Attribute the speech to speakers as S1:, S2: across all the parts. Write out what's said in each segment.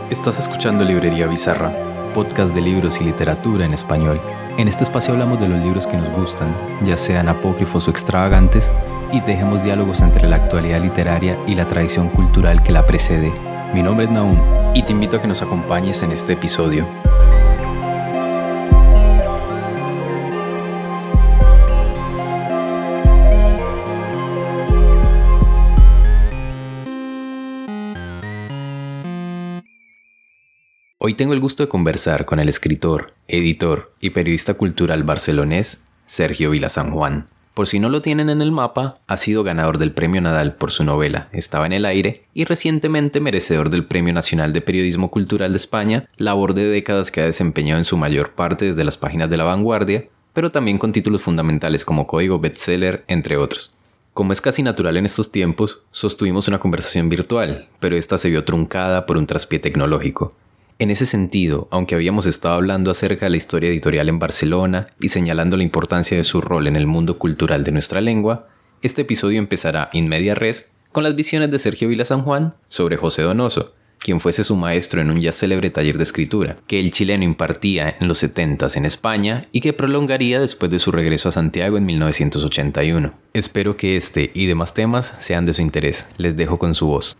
S1: Estás escuchando Librería Bizarra, podcast de libros y literatura en español. En este espacio hablamos de los libros que nos gustan, ya sean apócrifos o extravagantes, y tejemos diálogos entre la actualidad literaria y la tradición cultural que la precede. Mi nombre es Nahum y te invito a que nos acompañes en este episodio. Hoy tengo el gusto de conversar con el escritor, editor y periodista cultural barcelonés Sergio Vilasanjuan. Por si no lo tienen en el mapa, ha sido ganador del Premio Nadal por su novela Estaba en el aire y recientemente merecedor del Premio Nacional de Periodismo Cultural de España, labor de décadas que ha desempeñado en su mayor parte desde las páginas de La Vanguardia, pero también con títulos fundamentales como Código Bestseller, entre otros. Como es casi natural en estos tiempos, sostuvimos una conversación virtual, pero esta se vio truncada por un traspié tecnológico. En ese sentido, aunque habíamos estado hablando acerca de la historia editorial en Barcelona y señalando la importancia de su rol en el mundo cultural de nuestra lengua, este episodio empezará in media res con las visiones de Sergio Vilasanjuan sobre José Donoso, quien fuese su maestro en un ya célebre taller de escritura, que el chileno impartía en los 70s en España y que prolongaría después de su regreso a Santiago en 1981. Espero que este y demás temas sean de su interés. Les dejo con su voz.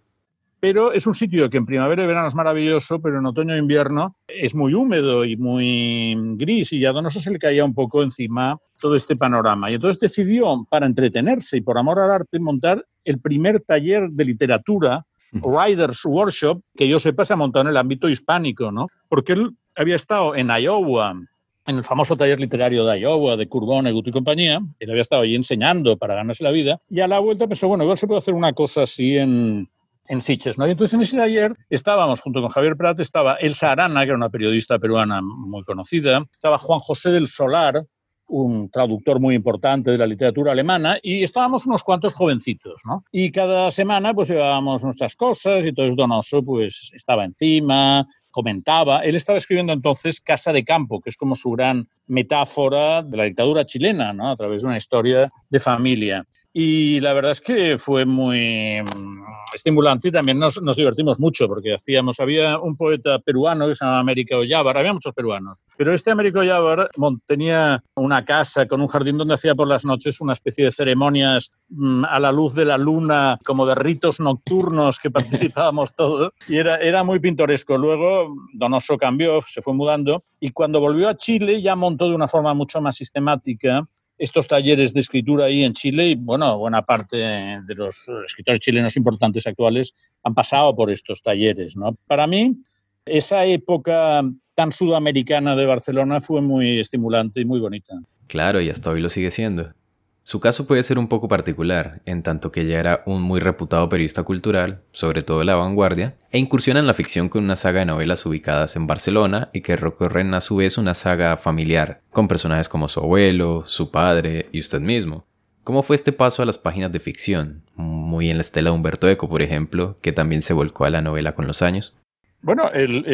S2: Pero es un sitio que en primavera y verano es maravilloso, pero en otoño e invierno es muy húmedo y muy gris, y a Donoso se le caía un poco encima todo este panorama. Y entonces decidió, para entretenerse y por amor al arte, montar el primer taller de literatura, Writers Workshop, que yo sepa se ha montado en el ámbito hispánico, ¿no? Porque él había estado en Iowa, en el famoso taller literario de Iowa, de Kurt Vonnegut y compañía. Él había estado allí enseñando para ganarse la vida, y a la vuelta pensó, bueno, igual se puede hacer una cosa así en Sitges, ¿no? Y entonces en ese taller estábamos, junto con Javier Prat, estaba Elsa Arana, que era una periodista peruana muy conocida, estaba Juan José del Solar, un traductor muy importante de la literatura alemana, y estábamos unos cuantos jovencitos, ¿no? Y cada semana pues llevábamos nuestras cosas, y entonces Donoso pues estaba encima, comentaba. Él estaba escribiendo entonces Casa de Campo, que es como su gran metáfora de la dictadura chilena, ¿no? A través de una historia de familia. Y la verdad es que fue muy estimulante y también nos divertimos mucho porque había un poeta peruano que se llamaba Américo Ollávar, había muchos peruanos, pero este Américo Ollávar tenía una casa con un jardín donde hacía por las noches una especie de ceremonias a la luz de la luna, como de ritos nocturnos que participábamos todos, y era muy pintoresco. Luego Donoso cambió, se fue mudando, y cuando volvió a Chile ya montó de una forma mucho más sistemática estos talleres de escritura ahí en Chile, y bueno, buena parte de los escritores chilenos importantes actuales han pasado por estos talleres, ¿no? Para mí, esa época tan sudamericana de Barcelona fue muy estimulante y muy bonita.
S1: Claro, y hasta hoy lo sigue siendo. Su caso puede ser un poco particular, en tanto que ya era un muy reputado periodista cultural, sobre todo de La Vanguardia, e incursiona en la ficción con una saga de novelas ubicadas en Barcelona y que recorren a su vez una saga familiar, con personajes como su abuelo, su padre y usted mismo. ¿Cómo fue este paso a las páginas de ficción? Muy en la estela de Humberto Eco, por ejemplo, que también se volcó a la novela con los años.
S2: Bueno,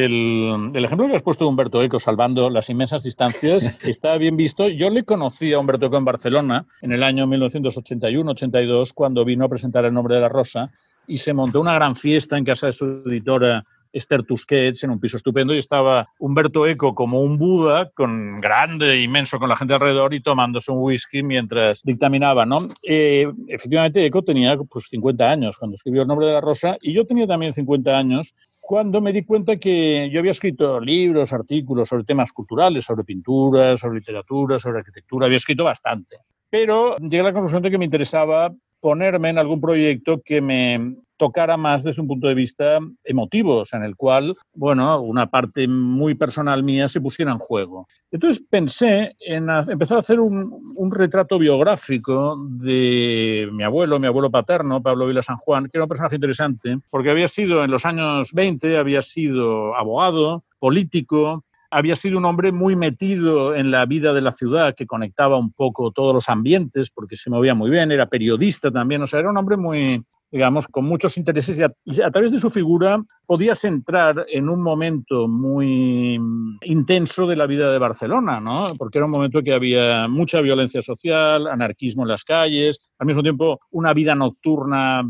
S2: el ejemplo que has puesto de Humberto Eco, salvando las inmensas distancias, está bien visto. Yo le conocí a Humberto Eco en Barcelona en el año 1981-82, cuando vino a presentar El nombre de la rosa, y se montó una gran fiesta en casa de su editora Esther Tusquets, en un piso estupendo, y estaba Humberto Eco como un Buda, grande, inmenso, con la gente alrededor y tomándose un whisky mientras dictaminaba, ¿no? Efectivamente, Eco tenía pues 50 años cuando escribió El nombre de la rosa, y yo tenía también 50 años cuando me di cuenta que yo había escrito libros, artículos sobre temas culturales, sobre pintura, sobre literatura, sobre arquitectura, había escrito bastante. Pero llegué a la conclusión de que me interesaba ponerme en algún proyecto que me tocara más desde un punto de vista emotivo, o sea, en el cual, bueno, una parte muy personal mía se pusiera en juego. Entonces pensé en empezar a hacer un retrato biográfico de mi abuelo paterno, Pablo Vilasanjuan, que era un personaje interesante, porque había sido en los años 20, había sido abogado, político, había sido un hombre muy metido en la vida de la ciudad, que conectaba un poco todos los ambientes, porque se movía muy bien, era periodista también, o sea, era un hombre muy digamos, con muchos intereses y a través de su figura podías entrar en un momento muy intenso de la vida de Barcelona, ¿no? Porque era un momento que había mucha violencia social, anarquismo en las calles, al mismo tiempo una vida nocturna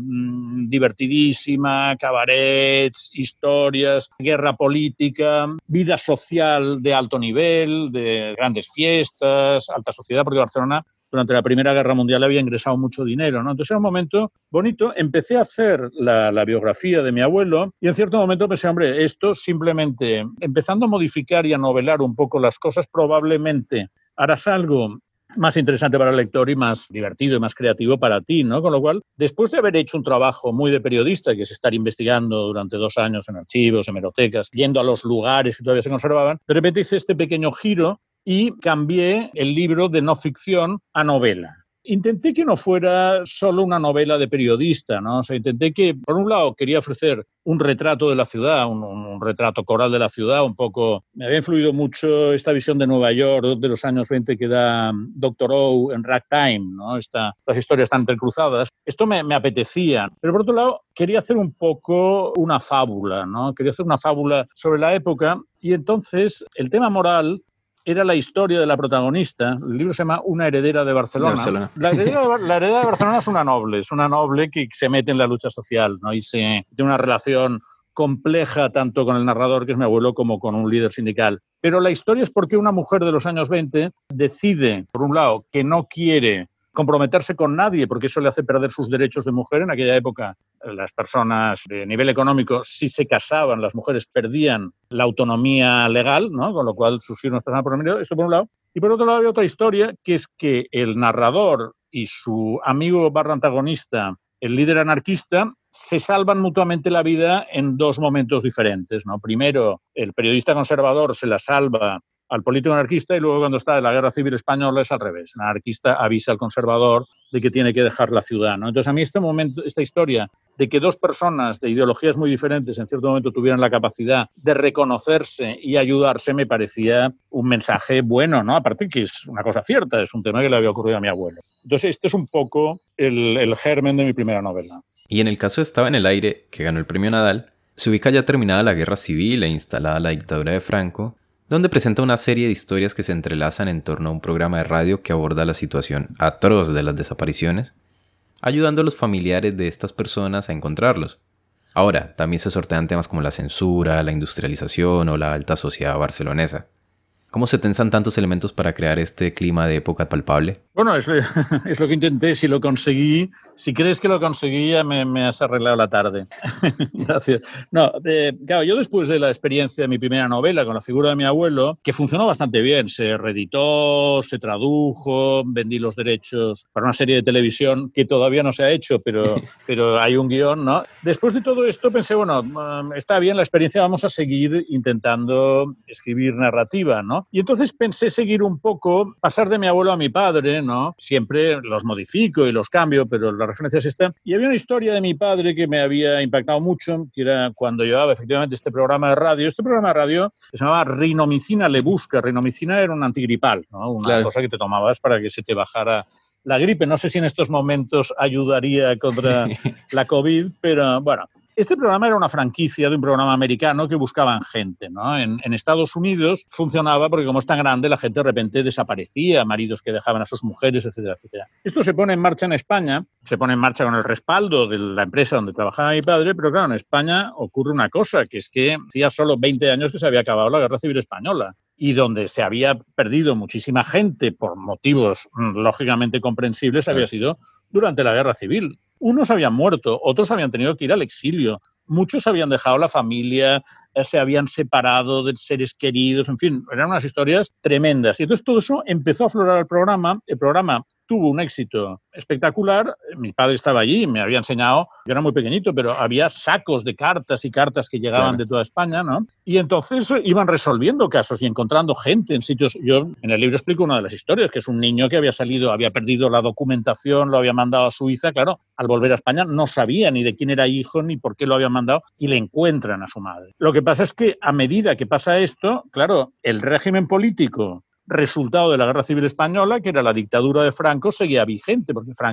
S2: divertidísima, cabarets, historias, guerra política, vida social de alto nivel, de grandes fiestas, alta sociedad, porque Barcelona durante la Primera Guerra Mundial había ingresado mucho dinero, ¿no? Entonces era un momento bonito. Empecé a hacer la biografía de mi abuelo y en cierto momento pensé, hombre, esto simplemente, empezando a modificar y a novelar un poco las cosas, probablemente harás algo más interesante para el lector y más divertido y más creativo para ti, ¿no? Con lo cual, después de haber hecho un trabajo muy de periodista, que es estar investigando durante 2 años en archivos, hemerotecas, yendo a los lugares que todavía se conservaban, de repente hice este pequeño giro y cambié el libro de no ficción a novela. Intenté que no fuera solo una novela de periodista, ¿no? O sea, intenté que, por un lado, quería ofrecer un retrato de la ciudad, un retrato coral de la ciudad, un poco... Me había influido mucho esta visión de Nueva York de los años 20 que da Dr. O en Ragtime, ¿no? Las historias están entrecruzadas. Esto me apetecía. Pero, por otro lado, quería hacer un poco una fábula, ¿no? Quería hacer una fábula sobre la época y entonces el tema moral era la historia de la protagonista. El libro se llama Una heredera de Barcelona. La heredera de Barcelona es una noble que se mete en la lucha social, ¿no? Y tiene una relación compleja tanto con el narrador, que es mi abuelo, como con un líder sindical. Pero la historia es porque una mujer de los años 20 decide, por un lado, que no quiere comprometerse con nadie, porque eso le hace perder sus derechos de mujer. En aquella época, las personas de nivel económico, si se casaban, las mujeres perdían la autonomía legal, ¿no? Con lo cual sus hijos pasaban por el medio. Esto por un lado. Y por otro lado había otra historia, que es que el narrador y su amigo barra antagonista, el líder anarquista, se salvan mutuamente la vida en 2 momentos diferentes, ¿no? Primero, el periodista conservador se la salva al político anarquista y luego cuando está en la Guerra Civil Española es al revés. El anarquista avisa al conservador de que tiene que dejar la ciudad, ¿no? Entonces a mí esta historia de que 2 personas de ideologías muy diferentes en cierto momento tuvieran la capacidad de reconocerse y ayudarse me parecía un mensaje bueno, ¿no? Aparte que es una cosa cierta, es un tema que le había ocurrido a mi abuelo. Entonces este es un poco el germen de mi primera novela.
S1: Y en el caso de Estaba en el aire, que ganó el premio Nadal, se ubica ya terminada la guerra civil e instalada la dictadura de Franco, donde presenta una serie de historias que se entrelazan en torno a un programa de radio que aborda la situación atroz de las desapariciones, ayudando a los familiares de estas personas a encontrarlos. Ahora, también se sortean temas como la censura, la industrialización o la alta sociedad barcelonesa. ¿Cómo se tensan tantos elementos para crear este clima de época palpable?
S2: Bueno, es lo que intenté. Si lo conseguí, si crees que lo conseguí, ya me has arreglado la tarde. Gracias. No, claro, yo después de la experiencia de mi primera novela con la figura de mi abuelo, que funcionó bastante bien, se reeditó, se tradujo, vendí los derechos para una serie de televisión que todavía no se ha hecho, pero hay un guión, ¿no? Después de todo esto pensé, bueno, está bien la experiencia, vamos a seguir intentando escribir narrativa, ¿no? Y entonces pensé seguir un poco, pasar de mi abuelo a mi padre, ¿no? Siempre los modifico y los cambio, pero la referencia es esta. Y había una historia de mi padre que me había impactado mucho, que era cuando llevaba efectivamente este programa de radio. Este programa de radio se llamaba Rinomicina le busca. Rinomicina era un antigripal, ¿no? Una cosa que te tomabas para que se te bajara la gripe. No sé si en estos momentos ayudaría contra la COVID, pero bueno. Este programa era una franquicia de un programa americano que buscaban gente, ¿no? En Estados Unidos funcionaba porque como es tan grande, la gente de repente desaparecía, maridos que dejaban a sus mujeres, etcétera, etcétera. Esto se pone en marcha en España, se pone en marcha con el respaldo de la empresa donde trabajaba mi padre, pero claro, en España ocurre una cosa, que es que hacía solo 20 años que se había acabado la Guerra Civil Española y donde se había perdido muchísima gente por motivos lógicamente comprensibles había sido durante la Guerra Civil. Unos habían muerto, otros habían tenido que ir al exilio, muchos habían dejado la familia, se habían separado de seres queridos, en fin, eran unas historias tremendas. Y entonces todo eso empezó a aflorar al programa. El programa tuvo un éxito espectacular. Mi padre estaba allí, me había enseñado, yo era muy pequeñito, pero había sacos de cartas y cartas que llegaban de toda España, ¿no? Y entonces iban resolviendo casos y encontrando gente en sitios. Yo en el libro explico una de las historias, que es un niño que había salido, había perdido la documentación, lo había mandado a Suiza, claro, al volver a España no sabía ni de quién era hijo ni por qué lo había mandado y le encuentran a su madre. Lo que pasa es que a medida que pasa esto, claro, el régimen político resultado de la Guerra Civil Española, que era la dictadura de Franco, seguía vigente, porque Franco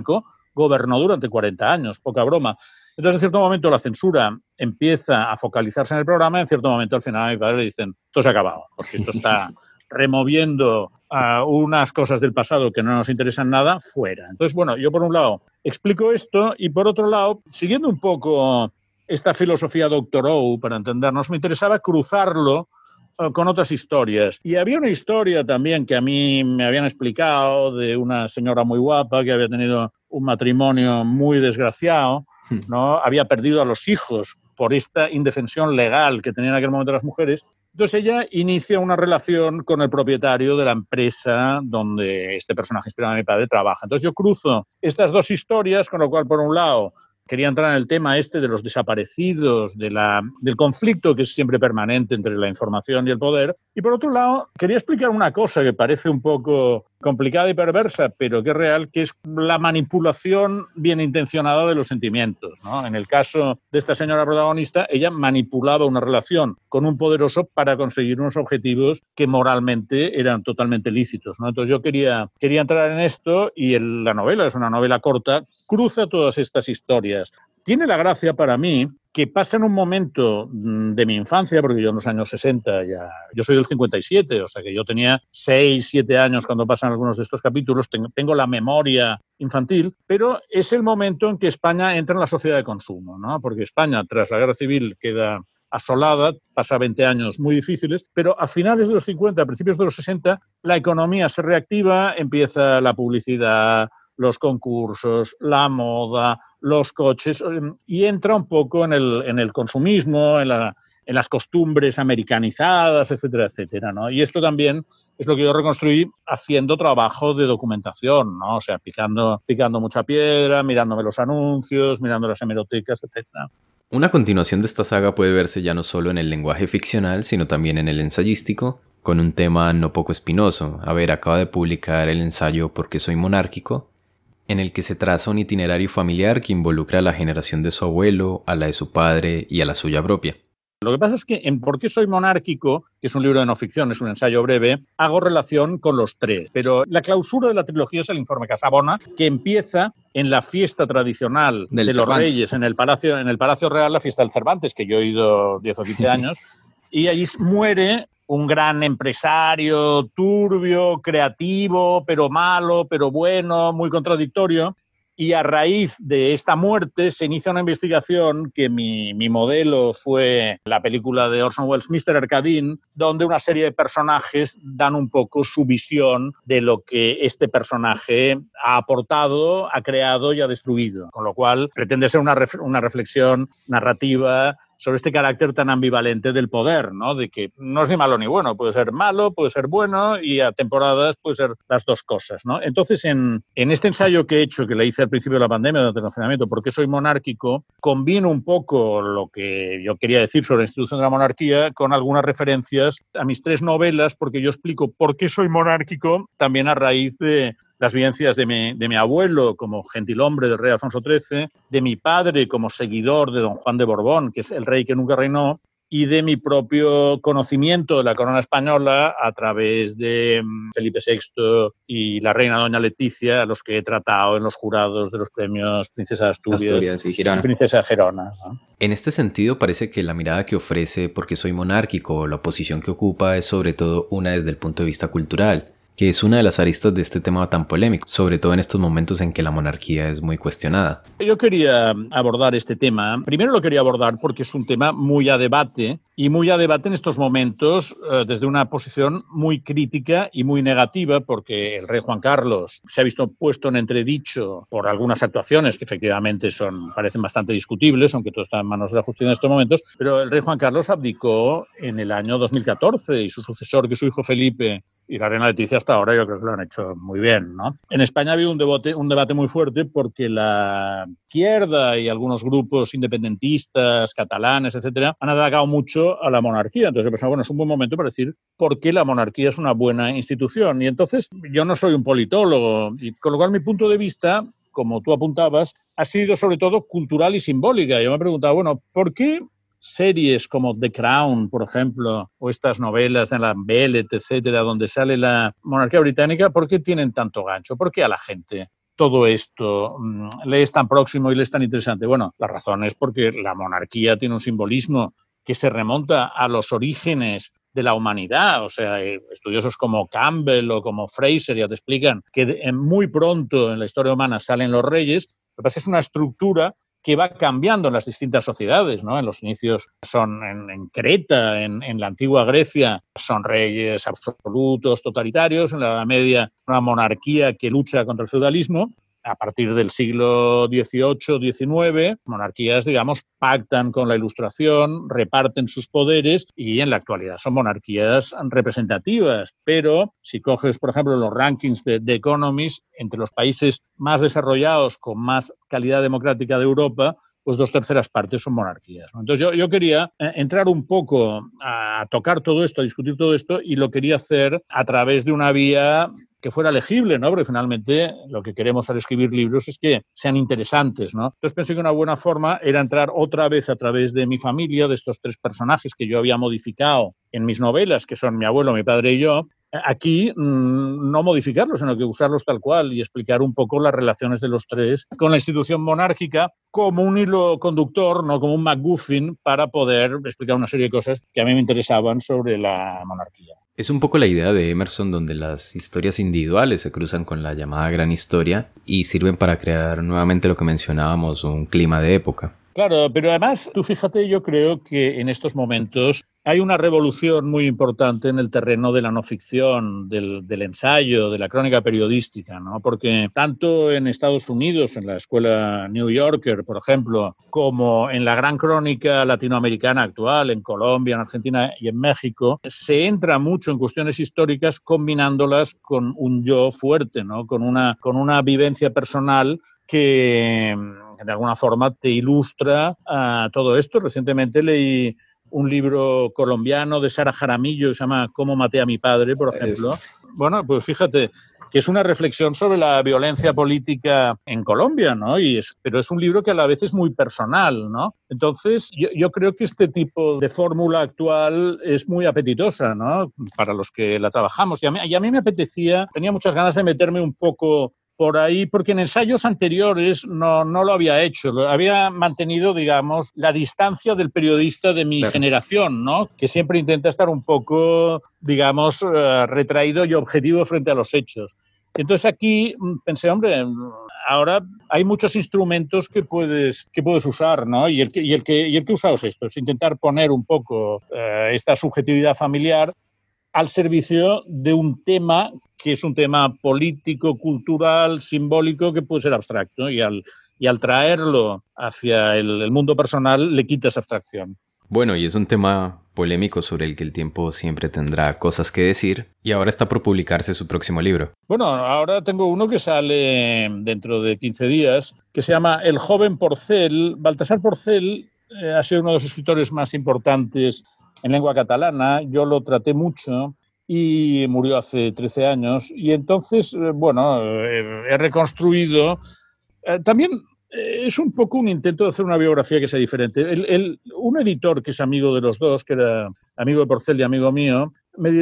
S2: gobernó durante 40 años, poca broma. Entonces, en cierto momento, la censura empieza a focalizarse en el programa y en cierto momento, al final, a mi padre le dicen, esto se ha acabado, porque esto está removiendo unas cosas del pasado que no nos interesan nada, fuera. Entonces, bueno, yo por un lado explico esto y por otro lado, siguiendo un poco esta filosofía Doctor Who, para entendernos, me interesaba cruzarlo con otras historias. Y había una historia también que a mí me habían explicado de una señora muy guapa que había tenido un matrimonio muy desgraciado, ¿no? Había perdido a los hijos por esta indefensión legal que tenían en aquel momento las mujeres. Entonces ella inicia una relación con el propietario de la empresa donde este personaje inspirado en mi padre trabaja. Entonces yo cruzo estas dos historias, con lo cual, por un lado, quería entrar en el tema este de los desaparecidos, del conflicto que es siempre permanente entre la información y el poder. Y por otro lado, quería explicar una cosa que parece un poco complicada y perversa, pero que es real, que es la manipulación bien intencionada de los sentimientos, ¿no? En el caso de esta señora protagonista, ella manipulaba una relación con un poderoso para conseguir unos objetivos que moralmente eran totalmente lícitos, ¿no? Entonces yo quería entrar en esto y la novela es una novela corta, cruza todas estas historias. Tiene la gracia para mí que pasa en un momento de mi infancia, porque yo en los años 60 yo soy del 57, o sea que yo tenía 6, 7 años cuando pasan algunos de estos capítulos, tengo la memoria infantil, pero es el momento en que España entra en la sociedad de consumo, ¿no? Porque España, tras la Guerra Civil, queda asolada, pasa 20 años muy difíciles, pero a finales de los 50, a principios de los 60, la economía se reactiva, empieza la publicidad, los concursos, la moda, los coches, y entra un poco en el consumismo, en las costumbres americanizadas, etcétera, etcétera, ¿no? Y esto también es lo que yo reconstruí haciendo trabajo de documentación, ¿no? O sea, picando mucha piedra, mirándome los anuncios, mirando las hemerotecas, etcétera.
S1: Una continuación de esta saga puede verse ya no solo en el lenguaje ficcional, sino también en el ensayístico, con un tema no poco espinoso. A ver, acaba de publicar el ensayo ¿Por qué soy monárquico?, en el que se traza un itinerario familiar que involucra a la generación de su abuelo, a la de su padre y a la suya propia.
S2: Lo que pasa es que en ¿Por qué soy monárquico?, que es un libro de no ficción, es un ensayo breve, hago relación con los tres. Pero la clausura de la trilogía es el informe Casabona, que empieza en la fiesta tradicional de los reyes en el Palacio Real, la fiesta del Cervantes, que yo he ido 10 o 15 años, y allí muere un gran empresario, turbio, creativo, pero malo, pero bueno, muy contradictorio. Y a raíz de esta muerte se inicia una investigación que mi modelo fue la película de Orson Welles, Mr. Arkadin, donde una serie de personajes dan un poco su visión de lo que este personaje ha aportado, ha creado y ha destruido. Con lo cual pretende ser una reflexión narrativa sobre este carácter tan ambivalente del poder, ¿no? De que no es ni malo ni bueno, puede ser malo, puede ser bueno y a temporadas puede ser las dos cosas, ¿no? Entonces, en este ensayo que he hecho, que le hice al principio de la pandemia, durante el confinamiento, ¿Por qué soy monárquico?, combino un poco lo que yo quería decir sobre la institución de la monarquía con algunas referencias a mis tres novelas, porque yo explico por qué soy monárquico también a raíz de las vivencias de mi abuelo como gentilhombre del rey Alfonso XIII, de mi padre como seguidor de don Juan de Borbón, que es el rey que nunca reinó, y de mi propio conocimiento de la corona española a través de Felipe VI y la reina doña Leticia, a los que he tratado en los jurados de los premios Princesa de Asturias
S1: y Girona.
S2: Princesa de Gerona, ¿no?
S1: En este sentido, parece que la mirada que ofrece ¿Por qué soy monárquico?, o la posición que ocupa, es sobre todo una desde el punto de vista cultural, que es una de las aristas de este tema tan polémico, sobre todo en estos momentos en que la monarquía es muy cuestionada.
S2: Yo quería abordar este tema. Primero lo quería abordar porque es un tema muy a debate, y muy a debate en estos momentos desde una posición muy crítica y muy negativa, porque el rey Juan Carlos se ha visto puesto en entredicho por algunas actuaciones que efectivamente parecen bastante discutibles, aunque todo está en manos de la justicia en estos momentos, pero el rey Juan Carlos abdicó en el año 2014 y su sucesor, que es su hijo Felipe, y la reina Leticia hasta ahora, yo creo que lo han hecho muy bien, ¿no? En España ha habido un debate muy fuerte porque la izquierda y algunos grupos independentistas, catalanes, etcétera, han atacado mucho a la monarquía. Entonces he pensado, bueno, es un buen momento para decir por qué la monarquía es una buena institución. Y entonces yo no soy un politólogo, y con lo cual mi punto de vista, como tú apuntabas, ha sido sobre todo cultural y simbólica. Yo me he preguntado, bueno, ¿por qué series como The Crown, por ejemplo, o estas novelas de la Bellet, etcétera, donde sale la monarquía británica, ¿por qué tienen tanto gancho? ¿Por qué a la gente todo esto le es tan próximo y le es tan interesante? Bueno, la razón es porque la monarquía tiene un simbolismo que se remonta a los orígenes de la humanidad. O sea, estudiosos como Campbell o como Fraser ya te explican que muy pronto en la historia humana salen los reyes. Lo que pasa es una estructura que va cambiando en las distintas sociedades, ¿no? En los inicios son en Creta, en la antigua Grecia, son reyes absolutos, totalitarios. En la Edad Media, una monarquía que lucha contra el feudalismo. A partir del siglo XVIII, XIX, monarquías, digamos, pactan con la Ilustración, reparten sus poderes y en la actualidad son monarquías representativas. Pero si coges, por ejemplo, los rankings de Economist, entre los países más desarrollados con más calidad democrática de Europa, pues 2/3 partes son monarquías, ¿no? Entonces yo quería entrar un poco a tocar todo esto, a discutir todo esto, y lo quería hacer a través de una vía que fuera legible, ¿no? Porque finalmente lo que queremos al escribir libros es que sean interesantes, ¿no? Entonces pensé que una buena forma era entrar otra vez a través de mi familia, de estos 3 personajes que yo había modificado en mis novelas, que son mi abuelo, mi padre y yo. Aquí no modificarlos, sino que usarlos tal cual y explicar un poco las relaciones de los 3 con la institución monárquica como un hilo conductor, no como un MacGuffin, para poder explicar una serie de cosas que a mí me interesaban sobre la monarquía.
S1: Es un poco la idea de Emerson, donde las historias individuales se cruzan con la llamada gran historia y sirven para crear nuevamente lo que mencionábamos, un clima de época.
S2: Claro, pero además, tú fíjate, yo creo que en estos momentos hay una revolución muy importante en el terreno de la no ficción, del ensayo, de la crónica periodística, ¿no? Porque tanto en Estados Unidos, en la escuela New Yorker, por ejemplo, como en la gran crónica latinoamericana actual, en Colombia, en Argentina y en México, se entra mucho en cuestiones históricas combinándolas con un yo fuerte, ¿no? Con una vivencia personal que de alguna forma te ilustra todo esto. Recientemente leí un libro colombiano de Sara Jaramillo que se llama Cómo maté a mi padre, por ejemplo. Bueno, pues fíjate que es una reflexión sobre la violencia política en Colombia, ¿no? Pero es un libro que a la vez es muy personal, ¿no? Entonces, yo creo que este tipo de fórmula actual es muy apetitosa, ¿no? Para los que la trabajamos. Y a mí me apetecía, tenía muchas ganas de meterme un poco por ahí, porque en ensayos anteriores no lo había hecho. Había mantenido, digamos, la distancia del periodista de mi generación, ¿no? Que siempre intenta estar un poco, digamos, retraído y objetivo frente a los hechos. Entonces aquí pensé, hombre, ahora hay muchos instrumentos que puedes usar, ¿no? Y el que he usado es esto, es intentar poner un poco esta subjetividad familiar al servicio de un tema que es un tema político, cultural, simbólico, que puede ser abstracto, y al traerlo hacia el mundo personal le quitas abstracción.
S1: Bueno, y es un tema polémico sobre el que el tiempo siempre tendrá cosas que decir, y ahora está por publicarse su próximo libro.
S2: Bueno, ahora tengo uno que sale dentro de 15 días, que se llama El joven Porcel. Baltasar Porcel ha sido uno de los escritores más importantes en lengua catalana. Yo lo traté mucho y murió hace 13 años. Y entonces, bueno, he reconstruido. También es un poco un intento de hacer una biografía que sea diferente. Un editor que es amigo de los dos, que era amigo de Porcel y amigo mío,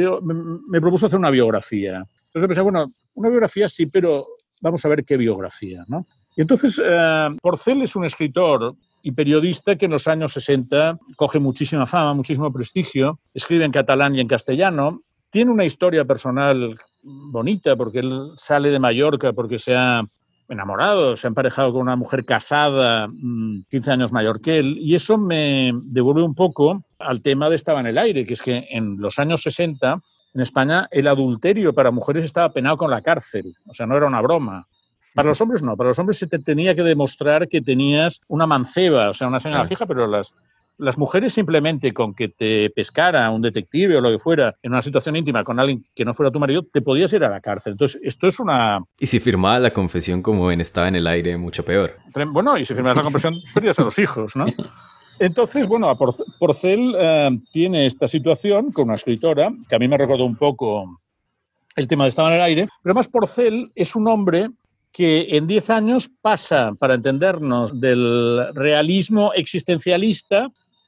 S2: me propuso hacer una biografía. Entonces pensé, bueno, una biografía sí, pero vamos a ver qué biografía, ¿no? Y entonces, Porcel es un escritor y periodista que en los años 60 coge muchísima fama, muchísimo prestigio, escribe en catalán y en castellano, tiene una historia personal bonita porque él sale de Mallorca porque se ha enamorado, se ha emparejado con una mujer casada 15 años mayor que él, y eso me devuelve un poco al tema de Estaba en el aire, que es que en los años 60 en España el adulterio para mujeres estaba penado con la cárcel, o sea, no era una broma. Para los hombres no, para los hombres se te tenía que demostrar que tenías una manceba, o sea, una señora fija, pero las mujeres simplemente con que te pescara un detective o lo que fuera en una situación íntima con alguien que no fuera tu marido, te podías ir a la cárcel. Entonces, esto es una...
S1: Y si firmaba la confesión como en Estaba en el aire, mucho peor.
S2: Bueno, y si firmabas la confesión, perdías a los hijos, ¿no? Entonces, bueno, Porcel tiene esta situación con una escritora, que a mí me recordó un poco el tema de Estaba en el aire, pero además Porcel es un hombre que en 10 años pasa, para entendernos, del realismo existencialista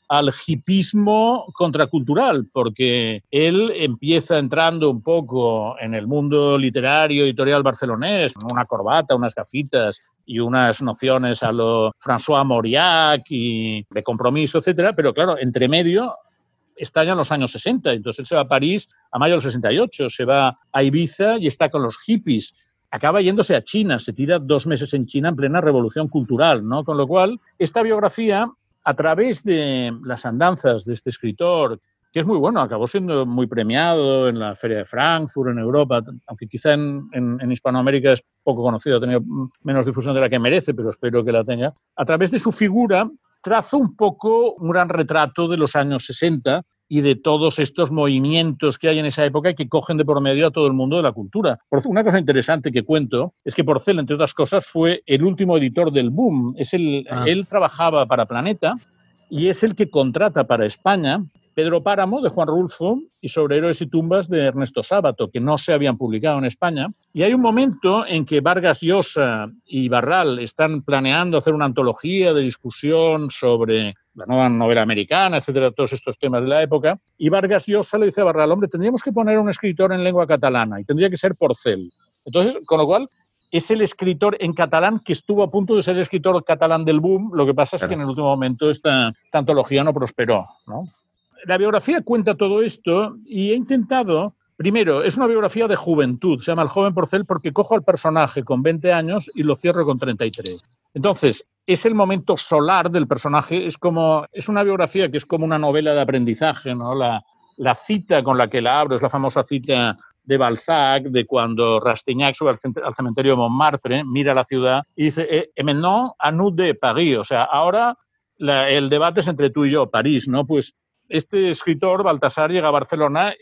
S2: al hipismo contracultural, porque él empieza entrando un poco en el mundo literario editorial barcelonés, con una corbata, unas gafitas y unas nociones a lo François Mauriac y de compromiso, etcétera, pero claro, entre medio estallan los años 60, entonces él se va a París a mayo del 68, se va a Ibiza y está con los hippies. Acaba yéndose a China, se tira 2 meses en China en plena revolución cultural, ¿no? Con lo cual, esta biografía, a través de las andanzas de este escritor, que es muy bueno, acabó siendo muy premiado en la Feria de Frankfurt, en Europa, aunque quizá en Hispanoamérica es poco conocido, ha tenido menos difusión de la que merece, pero espero que la tenga. A través de su figura, trazo un poco un gran retrato de los años 60 y de todos estos movimientos que hay en esa época y que cogen de por medio a todo el mundo de la cultura. Una cosa interesante que cuento es que Porcel, entre otras cosas, fue el último editor del Boom. Él trabajaba para Planeta y es el que contrata para España Pedro Páramo, de Juan Rulfo, y Sobre héroes y tumbas, de Ernesto Sábato, que no se habían publicado en España. Y hay un momento en que Vargas Llosa y Barral están planeando hacer una antología de discusión sobre la nueva novela americana, etcétera, todos estos temas de la época. Y Vargas Llosa le dice a Barral, hombre, tendríamos que poner un escritor en lengua catalana y tendría que ser Porcel. Entonces, con lo cual, es el escritor en catalán que estuvo a punto de ser el escritor catalán del Boom. Lo que pasa es que en el último momento esta antología no prosperó, ¿no? La biografía cuenta todo esto y he intentado, primero, es una biografía de juventud, se llama El joven Porcel porque cojo al personaje con 20 años y lo cierro con 33. Entonces, es el momento solar del personaje, es una biografía que es como una novela de aprendizaje, ¿no? La cita con la que la abro es la famosa cita de Balzac, de cuando Rastignac sube al cementerio de Montmartre, mira la ciudad y dice maintenant à nous de Paris, o sea, ahora el debate es entre tú y yo, París, ¿no? Pues este escritor, Baltasar, llega a Barcelona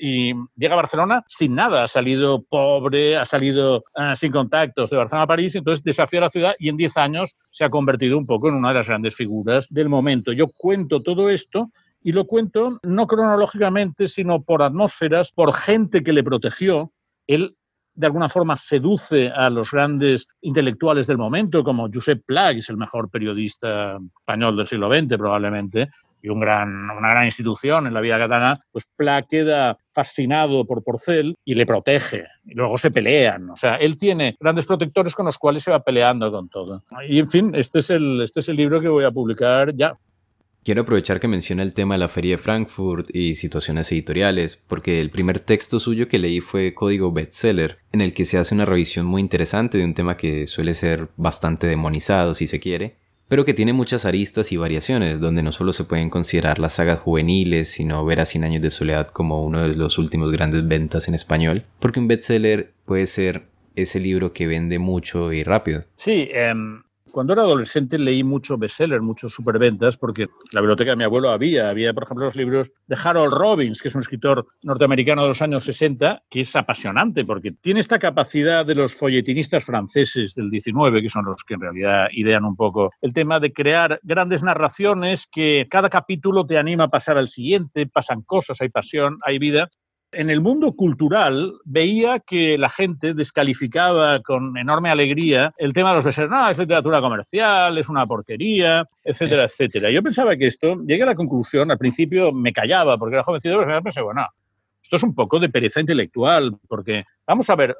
S2: sin nada. Ha salido pobre, ha salido sin contactos de Barcelona a París, entonces desafía a la ciudad y en 10 años se ha convertido un poco en una de las grandes figuras del momento. Yo cuento todo esto y lo cuento no cronológicamente, sino por atmósferas, por gente que le protegió. Él de alguna forma seduce a los grandes intelectuales del momento, como Josep Pla, que es el mejor periodista español del siglo XX probablemente, y una gran institución en la vida catalana, pues Pla queda fascinado por Porcel y le protege. Y luego se pelean. O sea, él tiene grandes protectores con los cuales se va peleando con todo. Y, en fin, este es el libro que voy a publicar ya.
S1: Quiero aprovechar que menciona el tema de la Feria de Frankfurt y situaciones editoriales, porque el primer texto suyo que leí fue Código Bestseller, en el que se hace una revisión muy interesante de un tema que suele ser bastante demonizado, si se quiere, pero que tiene muchas aristas y variaciones, donde no solo se pueden considerar las sagas juveniles, sino ver a 100 años de soledad como uno de los últimos grandes ventas en español, porque un bestseller puede ser ese libro que vende mucho y rápido.
S2: Sí, cuando era adolescente leí mucho bestseller, muchos superventas, porque en la biblioteca de mi abuelo había, por ejemplo, los libros de Harold Robbins, que es un escritor norteamericano de los años 60, que es apasionante, porque tiene esta capacidad de los folletinistas franceses del 19, que son los que en realidad idean un poco el tema de crear grandes narraciones que cada capítulo te anima a pasar al siguiente, pasan cosas, hay pasión, hay vida. En el mundo cultural veía que la gente descalificaba con enorme alegría el tema de los bestsellers. No, es literatura comercial, es una porquería, etcétera, etcétera. Yo pensaba que llegué a la conclusión, al principio me callaba porque era jovencito, pero pensé, bueno, esto es un poco de pereza intelectual, porque vamos a ver,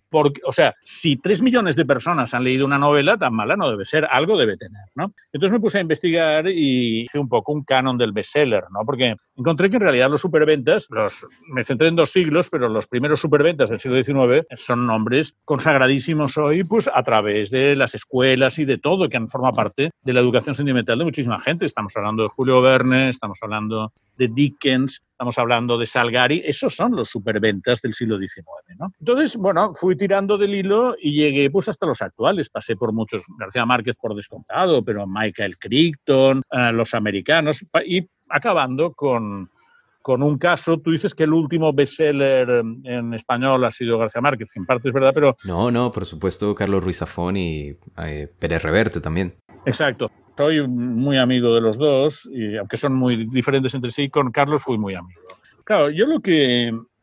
S2: si 3 millones de personas han leído una novela, tan mala no debe ser, algo debe tener, ¿no? Entonces me puse a investigar y hice un poco un canon del bestseller, ¿no? Porque encontré que en realidad los superventas, me centré en 2 siglos, pero los primeros superventas del siglo XIX son nombres consagradísimos hoy, pues a través de las escuelas y de todo, que han formado parte de la educación sentimental de muchísima gente. Estamos hablando de Julio Verne, estamos hablando de Dickens, estamos hablando de Salgari, esos son los superventas del siglo XIX, ¿no? Entonces, bueno, fui tirando del hilo y llegué pues hasta los actuales. Pasé por muchos, García Márquez por descontado, pero Michael Crichton, los americanos, y acabando con un caso. Tú dices que el último bestseller en español ha sido García Márquez, en parte es verdad, pero...
S1: No, por supuesto Carlos Ruiz Zafón y Pérez Reverte también.
S2: Exacto. Soy muy amigo de los 2, y aunque son muy diferentes entre sí, con Carlos fui muy amigo. Claro, yo lo que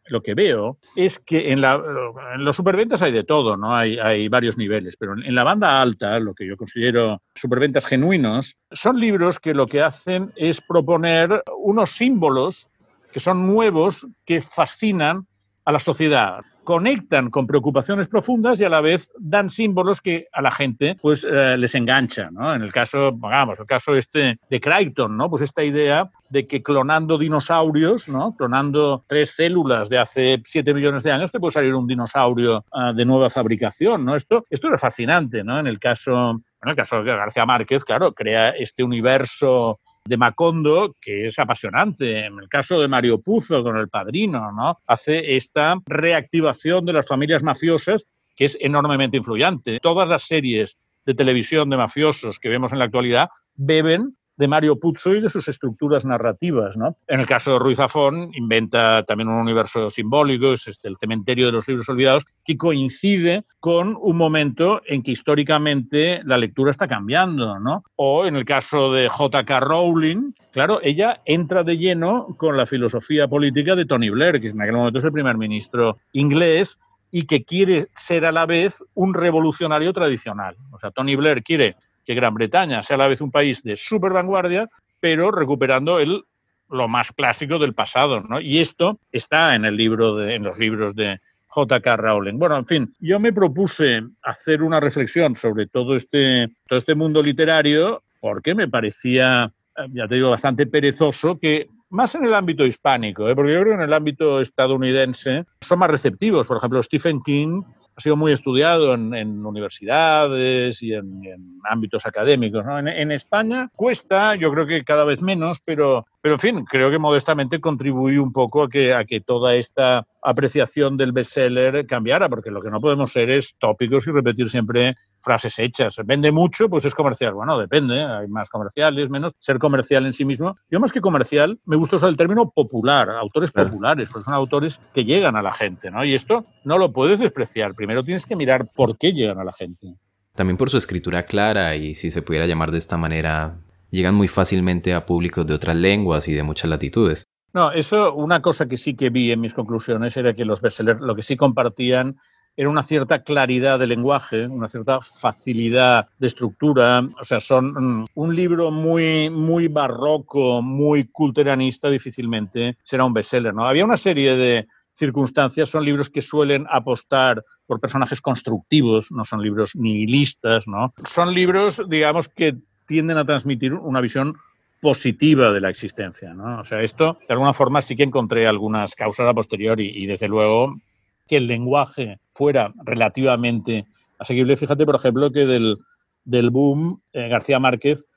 S2: lo que veo es que en los superventas hay de todo, ¿no? Hay varios niveles, pero en la banda alta, lo que yo considero superventas genuinos, son libros que lo que hacen es proponer unos símbolos que son nuevos, que fascinan a la sociedad. Conectan con preocupaciones profundas y a la vez dan símbolos que a la gente pues les engancha, ¿no? En el caso, vamos, el caso este de Crichton, ¿no? Pues esta idea de que clonando dinosaurios, ¿no? Clonando 3 células de hace 7 millones de años te puede salir un dinosaurio de nueva fabricación, ¿no? Esto era fascinante, ¿no? En el caso de García Márquez, claro, crea este universo de Macondo, que es apasionante. En el caso de Mario Puzo con El Padrino, ¿no? Hace esta reactivación de las familias mafiosas que es enormemente influyente. Todas las series de televisión de mafiosos que vemos en la actualidad beben de Mario Puzo y de sus estructuras narrativas, ¿no? En el caso de Ruiz Zafón, inventa también un universo simbólico, es el cementerio de los libros olvidados, que coincide con un momento en que históricamente la lectura está cambiando, ¿no? O en el caso de J.K. Rowling, claro, ella entra de lleno con la filosofía política de Tony Blair, que en aquel momento es el primer ministro inglés, y que quiere ser a la vez un revolucionario tradicional. O sea, Tony Blair quiere que Gran Bretaña sea a la vez un país de súper vanguardia, pero recuperando lo más clásico del pasado, ¿no? Y esto está en los libros de J.K. Rowling. Bueno, en fin, yo me propuse hacer una reflexión sobre todo este mundo literario porque me parecía, ya te digo, bastante perezoso que más en el ámbito hispánico, porque yo creo que en el ámbito estadounidense son más receptivos. Por ejemplo, Stephen King ha sido muy estudiado en universidades y en ámbitos académicos, ¿no? En España cuesta, yo creo que cada vez menos, pero en fin, creo que modestamente contribuí un poco a que toda esta apreciación del bestseller cambiara, porque lo que no podemos ser es tópicos y repetir siempre frases hechas. Vende mucho, pues es comercial. Bueno, depende, hay más comerciales, menos. Ser comercial en sí mismo. Yo más que comercial, me gusta usar el término popular, autores populares, porque son autores que llegan a la gente, ¿no? Y esto no lo puedes despreciar. Primero tienes que mirar por qué llegan a la gente.
S1: También por su escritura clara y, si se pudiera llamar de esta manera, llegan muy fácilmente a públicos de otras lenguas y de muchas latitudes.
S2: No, eso, una cosa que sí que vi en mis conclusiones era que los bestsellers lo que sí compartían era una cierta claridad de lenguaje, una cierta facilidad de estructura. O sea, son un libro muy, muy barroco, muy culteranista, difícilmente será un bestseller, ¿no? Había una serie de circunstancias, son libros que suelen apostar por personajes constructivos, no son libros nihilistas, ¿no? Son libros, digamos, que tienden a transmitir una visión positiva de la existencia, ¿no? O sea, esto, de alguna forma, sí que encontré algunas causas a posteriori y desde luego, que el lenguaje fuera relativamente asequible. Fíjate, por ejemplo, que del boom García Márquez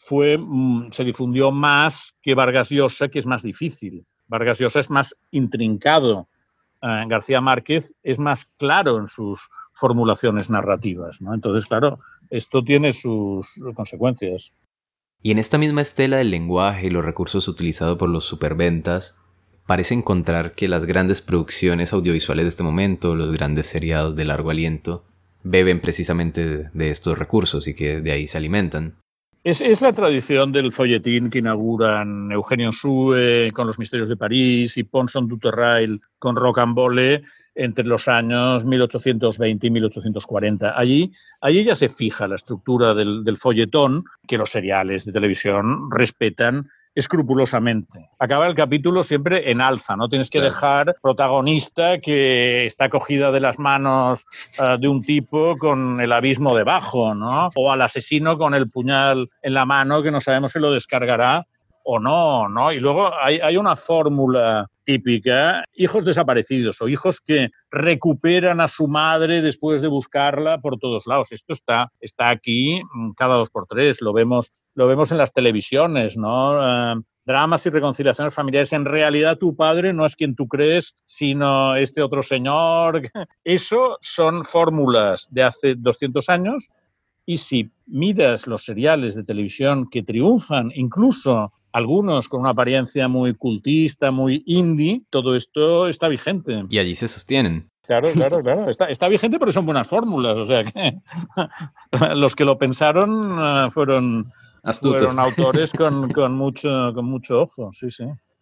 S2: se difundió más que Vargas Llosa, que es más difícil. Vargas Llosa es más intrincado. García Márquez es más claro en sus formulaciones narrativas, ¿no? Entonces, claro, esto tiene sus consecuencias.
S1: Y en esta misma estela del lenguaje y los recursos utilizados por los superventas, parece encontrar que las grandes producciones audiovisuales de este momento, los grandes seriados de largo aliento, beben precisamente de estos recursos y que de ahí se alimentan.
S2: Es la tradición del folletín que inauguran Eugenio Sue con Los Misterios de París y Ponson du Terrail con Rocambole entre los años 1820 y 1840. Allí ya se fija la estructura del folletón que los seriales de televisión respetan escrupulosamente. Acaba el capítulo siempre en alza, ¿no? Tienes que dejar protagonista que está cogida de las manos de un tipo con el abismo debajo, ¿no? O al asesino con el puñal en la mano que no sabemos si lo descargará o no, ¿no? Y luego hay una fórmula típica, hijos desaparecidos o hijos que recuperan a su madre después de buscarla por todos lados. Esto está aquí cada 2 por 3, lo vemos en las televisiones, ¿no? Dramas y reconciliaciones familiares. En realidad tu padre no es quien tú crees, sino este otro señor. Eso son fórmulas de hace 200 años y si miras los seriales de televisión que triunfan, incluso algunos con una apariencia muy cultista, muy indie, todo esto está vigente.
S1: Y allí se sostienen.
S2: Claro. Está vigente porque son buenas fórmulas. O sea que los que lo pensaron fueron
S1: astutos.
S2: Fueron autores con mucho ojo, sí.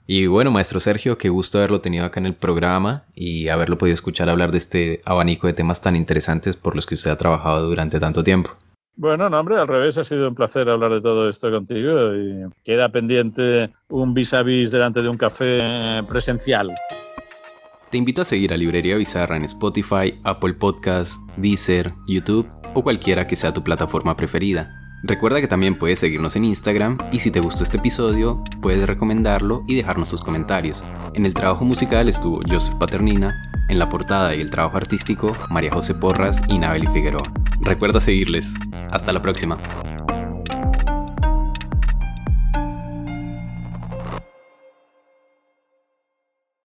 S1: Y bueno, maestro Sergio, qué gusto haberlo tenido acá en el programa y haberlo podido escuchar hablar de este abanico de temas tan interesantes por los que usted ha trabajado durante tanto tiempo.
S2: Bueno, no, hombre, al revés, ha sido un placer hablar de todo esto contigo y queda pendiente un vis a vis delante de un café presencial.
S1: Te invito a seguir a Librería Bizarra en Spotify, Apple Podcasts, Deezer, YouTube o cualquiera que sea tu plataforma preferida. Recuerda que también puedes seguirnos en Instagram y si te gustó este episodio, puedes recomendarlo y dejarnos tus comentarios. En el trabajo musical estuvo Joseph Paternina, en la portada y el trabajo artístico, María José Porras y Nabeli Figueroa. Recuerda seguirles. Hasta la próxima.